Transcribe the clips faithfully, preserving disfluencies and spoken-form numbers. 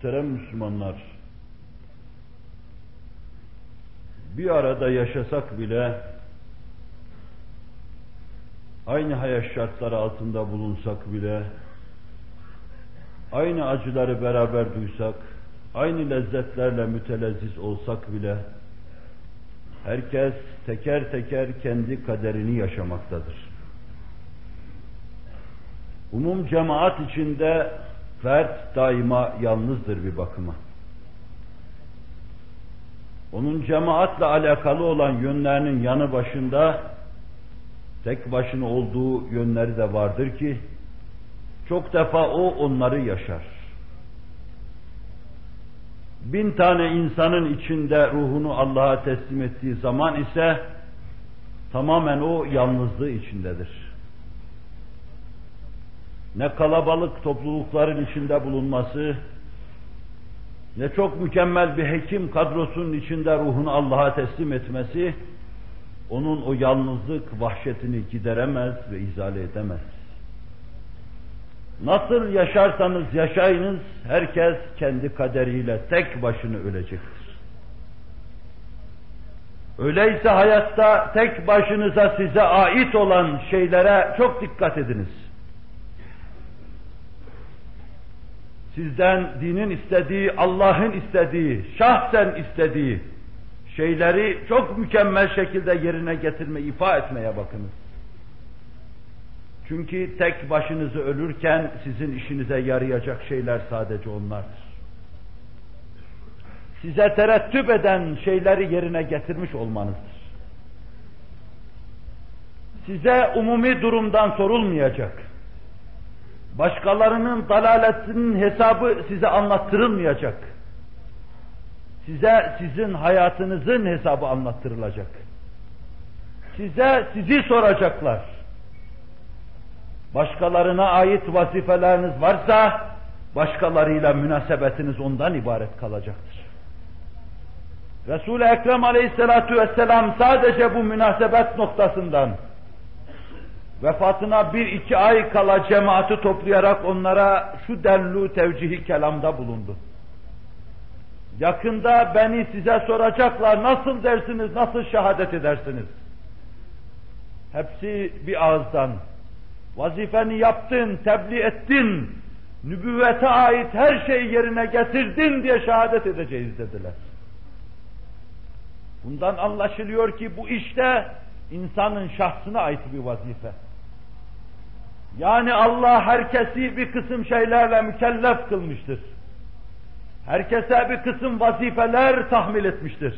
Muhterem Müslümanlar, bir arada yaşasak bile, aynı hayat şartları altında bulunsak bile, aynı acıları beraber duysak, aynı lezzetlerle mütelezziz olsak bile, herkes teker teker kendi kaderini yaşamaktadır. Umum cemaat içinde fert daima yalnızdır bir bakıma. Onun cemaatle alakalı olan yönlerinin yanı başında tek başına olduğu yönleri de vardır ki çok defa o onları yaşar. Bin tane insanın içinde ruhunu Allah'a teslim ettiği zaman ise tamamen o yalnızlığı içindedir. Ne kalabalık toplulukların içinde bulunması, ne çok mükemmel bir hekim kadrosunun içinde ruhunu Allah'a teslim etmesi, onun o yalnızlık vahşetini gideremez ve izale edemez. Nasıl yaşarsanız yaşayınız, herkes kendi kaderiyle tek başına ölecektir. Öyleyse hayatta tek başınıza size ait olan şeylere çok dikkat ediniz. Sizden dinin istediği, Allah'ın istediği, şahsen istediği şeyleri çok mükemmel şekilde yerine getirme, ifa etmeye bakınız. Çünkü tek başınızı ölürken sizin işinize yarayacak şeyler sadece onlardır. Size terettüp eden şeyleri yerine getirmiş olmanızdır. Size umumi durumdan sorulmayacak. Başkalarının dalaletinin hesabı size anlattırılmayacak. Size sizin hayatınızın hesabı anlattırılacak. Size sizi soracaklar. Başkalarına ait vazifeleriniz varsa, başkalarıyla münasebetiniz ondan ibaret kalacaktır. Resul-i Ekrem aleyhissalatu vesselam sadece bu münasebet noktasından, vefatına bir iki ay kala cemaati toplayarak onlara şu denli tevcihi kelamda bulundu. Yakında beni size soracaklar, nasıl dersiniz, nasıl şehadet edersiniz? Hepsi bir ağızdan, vazifeni yaptın, tebliğ ettin, nübüvvete ait her şeyi yerine getirdin diye şehadet edeceğiz dediler. Bundan anlaşılıyor ki bu işte insanın şahsına ait bir vazife. Yani Allah herkesi bir kısım şeylerle mükellef kılmıştır. Herkese bir kısım vazifeler tahmil etmiştir.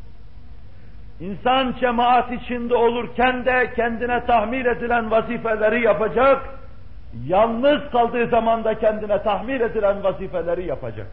İnsan cemaat içinde olurken de kendine tahmil edilen vazifeleri yapacak, yalnız kaldığı zaman da kendine tahmil edilen vazifeleri yapacak.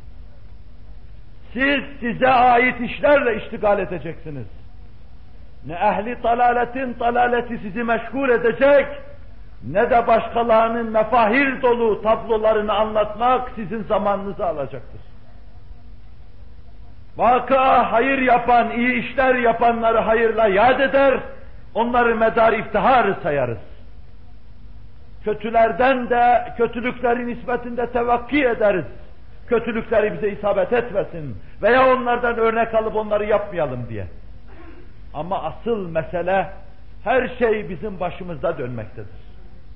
Siz size ait işlerle iştigal edeceksiniz. Ne ehli dalaletin dalaleti sizi meşgul edecek, ne de başkalarının mefahir dolu tablolarını anlatmak sizin zamanınızı alacaktır. Vaka hayır yapan, iyi işler yapanları hayırla yad eder, onları medar iftihar sayarız. Kötülerden de, kötülüklerin nispetinde tevakki ederiz. Kötülükleri bize isabet etmesin veya onlardan örnek alıp onları yapmayalım diye. Ama asıl mesele, her şey bizim başımızda dönmektedir.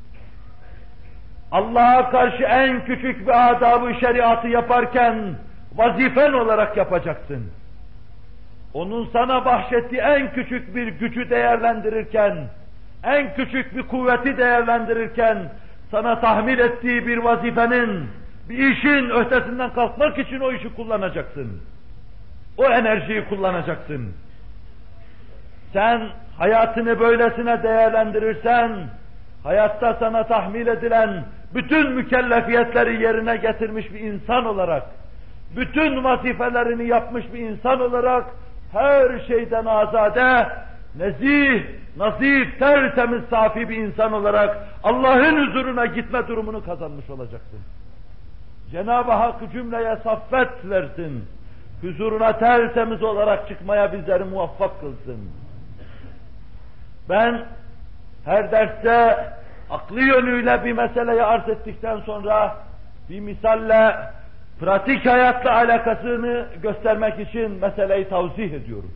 Allah'a karşı en küçük bir adab-ı şeriatı yaparken vazifen olarak yapacaksın. Onun sana bahşettiği en küçük bir gücü değerlendirirken, en küçük bir kuvveti değerlendirirken, sana tahmil ettiği bir vazifenin, bir işin ötesinden kalkmak için o işi kullanacaksın. O enerjiyi kullanacaksın. Sen hayatını böylesine değerlendirirsen, hayatta sana tahmil edilen bütün mükellefiyetleri yerine getirmiş bir insan olarak, bütün vazifelerini yapmış bir insan olarak, her şeyden azade, nezih, nazif, tertemiz, safi bir insan olarak Allah'ın huzuruna gitme durumunu kazanmış olacaksın. Cenab-ı Hak cümleye saffet versin, huzuruna tertemiz olarak çıkmaya bizleri muvaffak kılsın. Ben her derste aklı yönüyle bir meseleyi arz ettikten sonra bir misalle pratik hayatla alakasını göstermek için meseleyi tavzih ediyorum.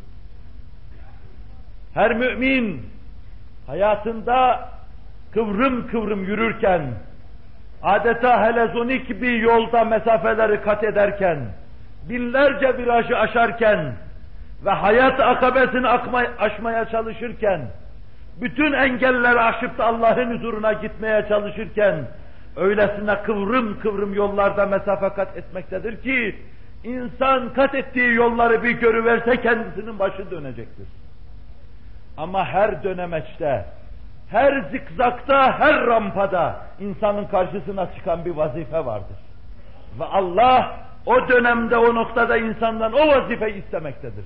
Her mümin hayatında kıvrım kıvrım yürürken, adeta helezonik bir yolda mesafeleri kat ederken, binlerce virajı aşarken ve hayat akabesini aşmaya çalışırken, bütün engelleri aşıp da Allah'ın huzuruna gitmeye çalışırken, öylesine kıvrım kıvrım yollarda mesafe kat etmektedir ki, insan kat ettiği yolları bir görüverse kendisinin başı dönecektir. Ama her dönemeçte, her zikzakta, her rampada insanın karşısına çıkan bir vazife vardır. Ve Allah o dönemde, o noktada insandan o vazifeyi istemektedir.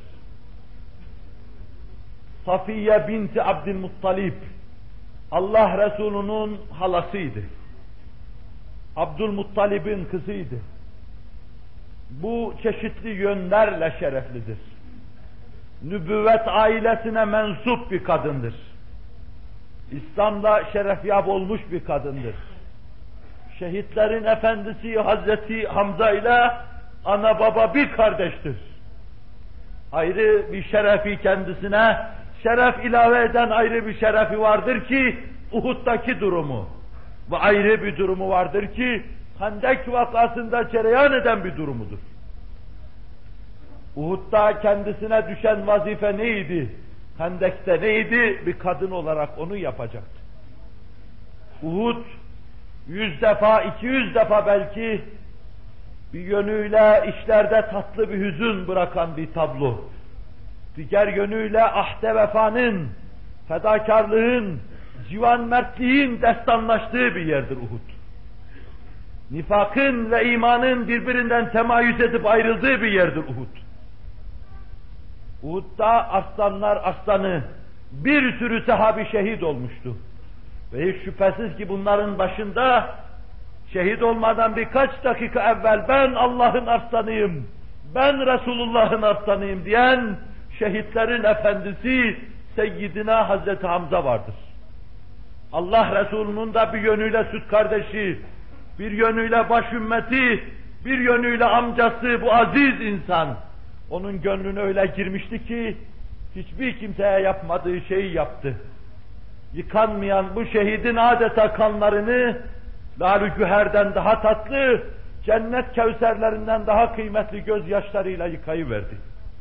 Safiye binti Abdülmuttalib, Allah Resulü'nün halasıydı. Abdülmuttalib'in kızıydı. Bu çeşitli yönlerle şereflidir. Nübüvvet ailesine mensup bir kadındır. İslam'da şerefyab olmuş bir kadındır. Şehitlerin efendisi Hazreti Hamza ile ana baba bir kardeştir. Ayrı bir şerefi kendisine, şeref ilave eden ayrı bir şerefi vardır ki Uhud'daki durumu. Ve ayrı bir durumu vardır ki Hendek vakasında cereyan eden bir durumudur. Uhud'da kendisine düşen vazife neydi? Hendek'te neydi? Bir kadın olarak onu yapacaktı. Uhud, yüz defa, iki yüz defa belki bir yönüyle işlerde tatlı bir hüzün bırakan bir tablo. Diğer yönüyle ahde vefanın, fedakarlığın, civan mertliğin destanlaştığı bir yerdir Uhud. Nifakın ve imanın birbirinden temayüz edip ayrıldığı bir yerdir Uhud. Uhud'da aslanlar aslanı, bir sürü sahabi şehit olmuştu. Ve hiç şüphesiz ki bunların başında şehit olmadan birkaç dakika evvel ben Allah'ın aslanıyım, ben Resulullah'ın aslanıyım diyen şehitlerin efendisi Seyyidina Hazreti Hamza vardır. Allah Resulü'nün de bir yönüyle süt kardeşi, bir yönüyle baş ümmeti, bir yönüyle amcası bu aziz insan. Onun gönlüne öyle girmişti ki hiçbir kimseye yapmadığı şeyi yaptı. Yıkanmayan bu şehidin adeta kanlarını lal-ü güherden daha tatlı, cennet kevserlerinden daha kıymetli gözyaşlarıyla yıkayıverdi.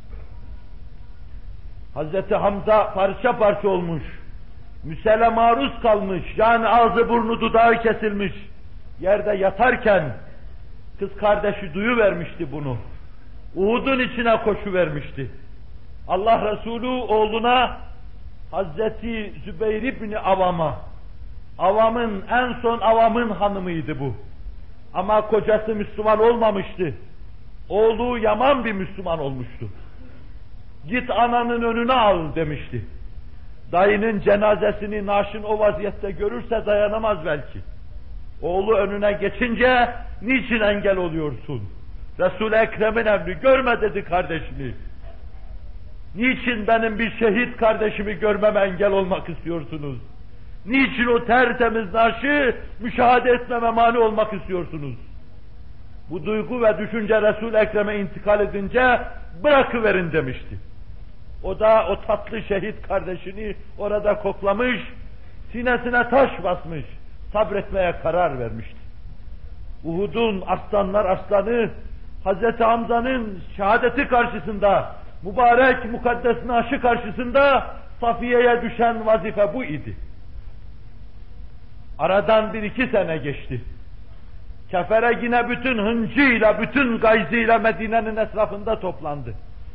Hazreti Hamza parça parça olmuş, müsele maruz kalmış, yani ağzı burnu dudağı kesilmiş, yerde yatarken kız kardeşi duyuvermişti bunu. Uhud'un içine koşuvermişti. Allah Resulü oğluna Hazreti Zübeyir İbni Avam'a, Avam'ın en son Avam'ın hanımıydı bu. Ama kocası Müslüman olmamıştı. Oğlu yaman bir Müslüman olmuştu. Git ananın önüne al demişti. Dayının cenazesini naaşın o vaziyette görürse dayanamaz belki. Oğlu önüne geçince niçin engel oluyorsun? Resul-i Ekrem'in emri, görme dedi kardeşimi. Niçin benim bir şehit kardeşimi görmeme engel olmak istiyorsunuz? Niçin o tertemiz naaşı müşahede etmeme mani olmak istiyorsunuz? Bu duygu ve düşünce Resul-i Ekrem'e intikal edince bırakıverin demişti. O da o tatlı şehit kardeşini orada koklamış, sinesine taş basmış, sabretmeye karar vermişti. Uhud'un aslanlar aslanı, Hazreti Hamza'nın şehadeti karşısında, mübarek mukaddes naaşı karşısında Safiye'ye düşen vazife bu idi. Aradan bir iki sene geçti. Kefere yine bütün hıncıyla, bütün gayzıyla Medine'nin etrafında toplandı.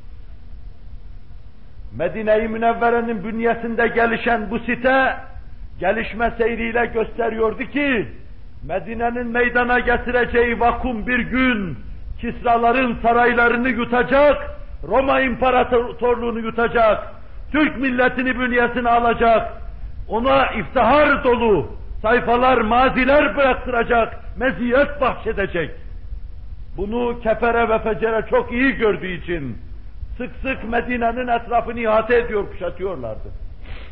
Medine-i Münevvere'nin bünyesinde gelişen bu site, gelişme seyriyle gösteriyordu ki, Medine'nin meydana getireceği vakum bir gün, Kisraların saraylarını yutacak, Roma İmparatorluğunu yutacak, Türk milletini bünyesine alacak, ona iftihar dolu sayfalar, maziler bıraktıracak, meziyet bahşedecek. Bunu kefere ve fecere çok iyi gördüğü için sık sık Medine'nin etrafını ihate ediyor, kuşatıyorlardı.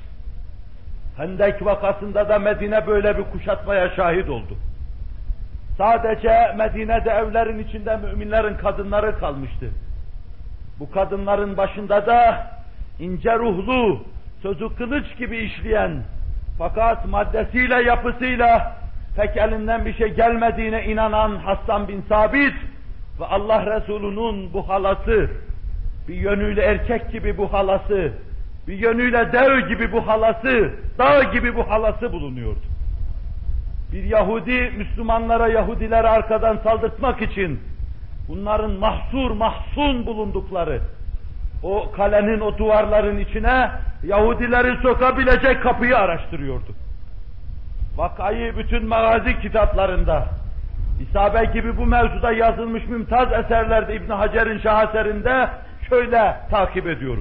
Hendek vakasında da Medine böyle bir kuşatmaya şahit oldu. Sadece Medine'de evlerin içinde müminlerin kadınları kalmıştı. Bu kadınların başında da ince ruhlu, sözü kılıç gibi işleyen, fakat maddesiyle, yapısıyla pek elinden bir şey gelmediğine inanan Hassan bin Sabit ve Allah Resulü'nün bu halası, bir yönüyle erkek gibi bu halası, bir yönüyle dev gibi bu halası, dağ gibi bu halası bulunuyordu. Bir Yahudi, Müslümanlara, Yahudilere arkadan saldırtmak için bunların mahsur, mahzun bulundukları o kalenin, o duvarların içine Yahudileri sokabilecek kapıyı araştırıyordu. Vakayı bütün magazi kitaplarında, İsabe gibi bu mevzuda yazılmış mümtaz eserlerde İbn Hacer'in şaheserinde şöyle takip ediyoruz.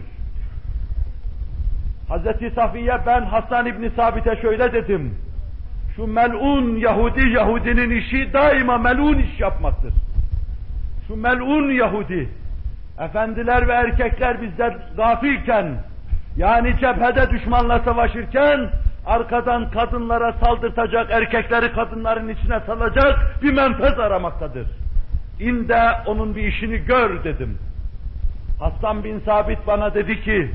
Hazreti Safiye, ben Hasan İbn Sabit'e şöyle dedim, şu mel'un Yahudi, Yahudinin işi daima mel'un iş yapmaktır. Şu mel'un Yahudi, efendiler ve erkekler bizden gafilken, yani cephede düşmanla savaşırken, arkadan kadınlara saldırtacak, erkekleri kadınların içine salacak bir menfez aramaktadır. İn de onun bir işini gör dedim. Hasan bin Sabit bana dedi ki,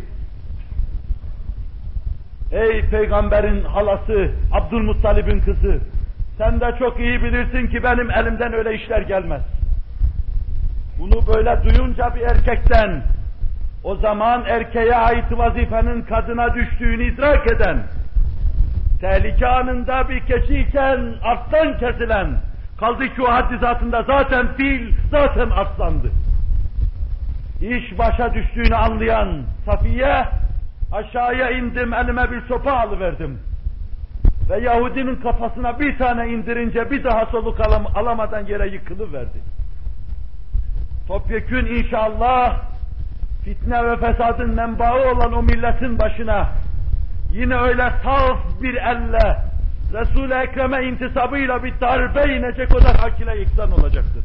ey peygamberin halası, Abdülmuttalib'in kızı, sen de çok iyi bilirsin ki benim elimden öyle işler gelmez. Bunu böyle duyunca bir erkekten, o zaman erkeğe ait vazifenin kadına düştüğünü idrak eden, tehlike anında bir keçiyken arslan kesilen, kaldı ki o haddizatında zaten fil, zaten arslandı. İş başa düştüğünü anlayan Safiye, aşağıya indim, elime bir sopa alıverdim. Ve Yahudinin kafasına bir tane indirince bir daha soluk alam alamadan yere yıkılıverdi. Topyekün inşallah fitne ve fesadın menbaı olan o milletin başına yine öyle saf bir elle Resul-i Ekrem'e intisabıyla bir darbe inecek, o da hakile yıksan olacaktır.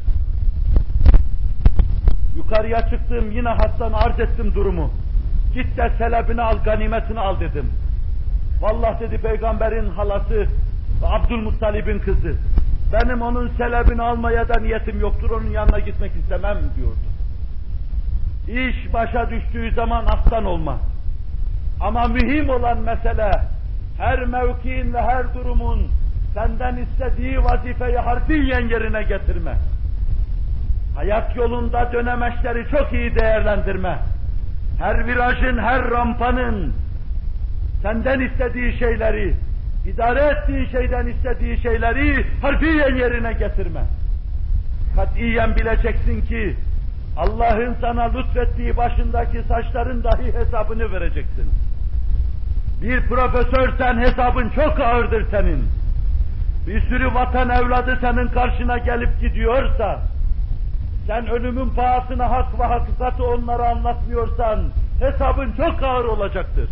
Yukarıya çıktım, yine Hasan'a arz ettim durumu. Git de selebini al, ganimetini al dedim. Vallahi dedi peygamberin halası Abdülmuttalib'in kızı, benim onun selebini almaya da niyetim yoktur, onun yanına gitmek istemem diyordu. İş başa düştüğü zaman aslan olma. Ama mühim olan mesele, her mevkiin ve her durumun senden istediği vazifeyi harfiyen yerine getirme. Hayat yolunda dönemeçleri çok iyi değerlendirme. Her virajın, her rampanın senden istediği şeyleri, idare ettiği şeyden istediği şeyleri harfiyen yerine getirme. Katiyen bileceksin ki Allah'ın sana lütfettiği başındaki saçların dahi hesabını vereceksin. Bir profesörsen hesabın çok ağırdır senin. Bir sürü vatan evladı senin karşına gelip gidiyorsa, sen ölümün pahasına hak ve hakikati onlara anlatmıyorsan, hesabın çok ağır olacaktır.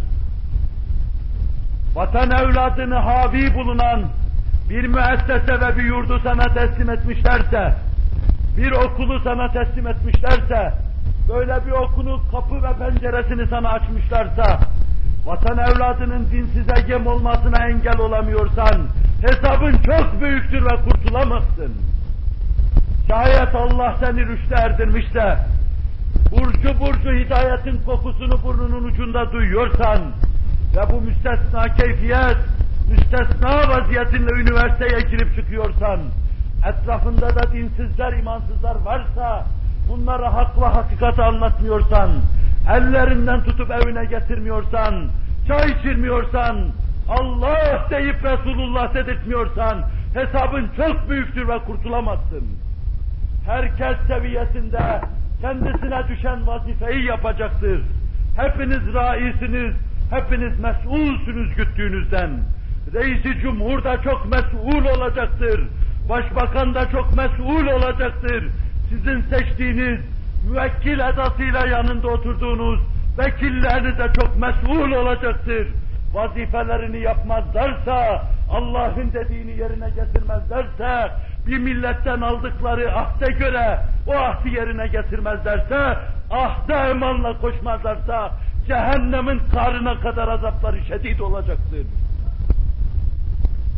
Vatan evladını havi bulunan bir müessese ve bir yurdu sana teslim etmişlerse, bir okulu sana teslim etmişlerse, böyle bir okulun kapı ve penceresini sana açmışlarsa, vatan evladının dinsize gem olmasına engel olamıyorsan, hesabın çok büyüktür ve kurtulamazsın. Şayet Allah seni rüşte erdirmişse, burcu burcu hidayetin kokusunu burnunun ucunda duyuyorsan ve bu müstesna keyfiyet, müstesna vaziyetinle üniversiteye girip çıkıyorsan, etrafında da dinsizler, imansızlar varsa, bunlara hak ve hakikati anlatmıyorsan, ellerinden tutup evine getirmiyorsan, çay içirmiyorsan, Allah deyip Resulullah dedirtmiyorsan, hesabın çok büyüktür ve kurtulamazsın. Herkes seviyesinde kendisine düşen vazifeyi yapacaktır. Hepiniz raisiniz, hepiniz mesulsünüz güttüğünüzden. Reis-i Cumhur da çok mesul olacaktır. Başbakan da çok mesul olacaktır. Sizin seçtiğiniz, müvekkil edasıyla yanında oturduğunuz vekilleriniz de çok mesul olacaktır. Vazifelerini yapmazlarsa, Allah'ın dediğini yerine getirmezlerse, bir milletten aldıkları ahde göre o ahdi yerine getirmezlerse, ahde emanla koşmazlarsa, cehennemin karına kadar azapları şedid olacaktır.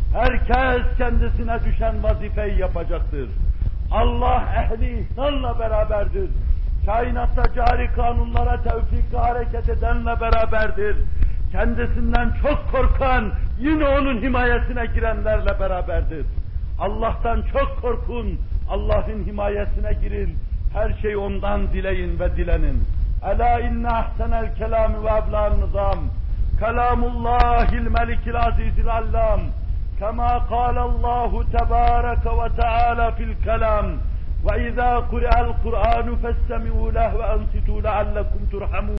Herkes kendisine düşen vazifeyi yapacaktır. Allah ehli ihsanla beraberdir. Kainatta cari kanunlara tevfikle hareket edenle beraberdir. Kendisinden çok korkan, yine onun himayesine girenlerle beraberdir. Allah'tan çok korkun, Allah'ın himayesine girin. Her şeyi ondan dileyin ve dilenin. Ela inne ahsenel kelami ve ebla'n nizam. Kelamullahil melikil azizil allam. Kema kâlallahu tebâreke ve teâlâ fil kelam. Ve izâ kuri'el Kur'ânu festemi'û leh ve ansitû leallekum turhamun.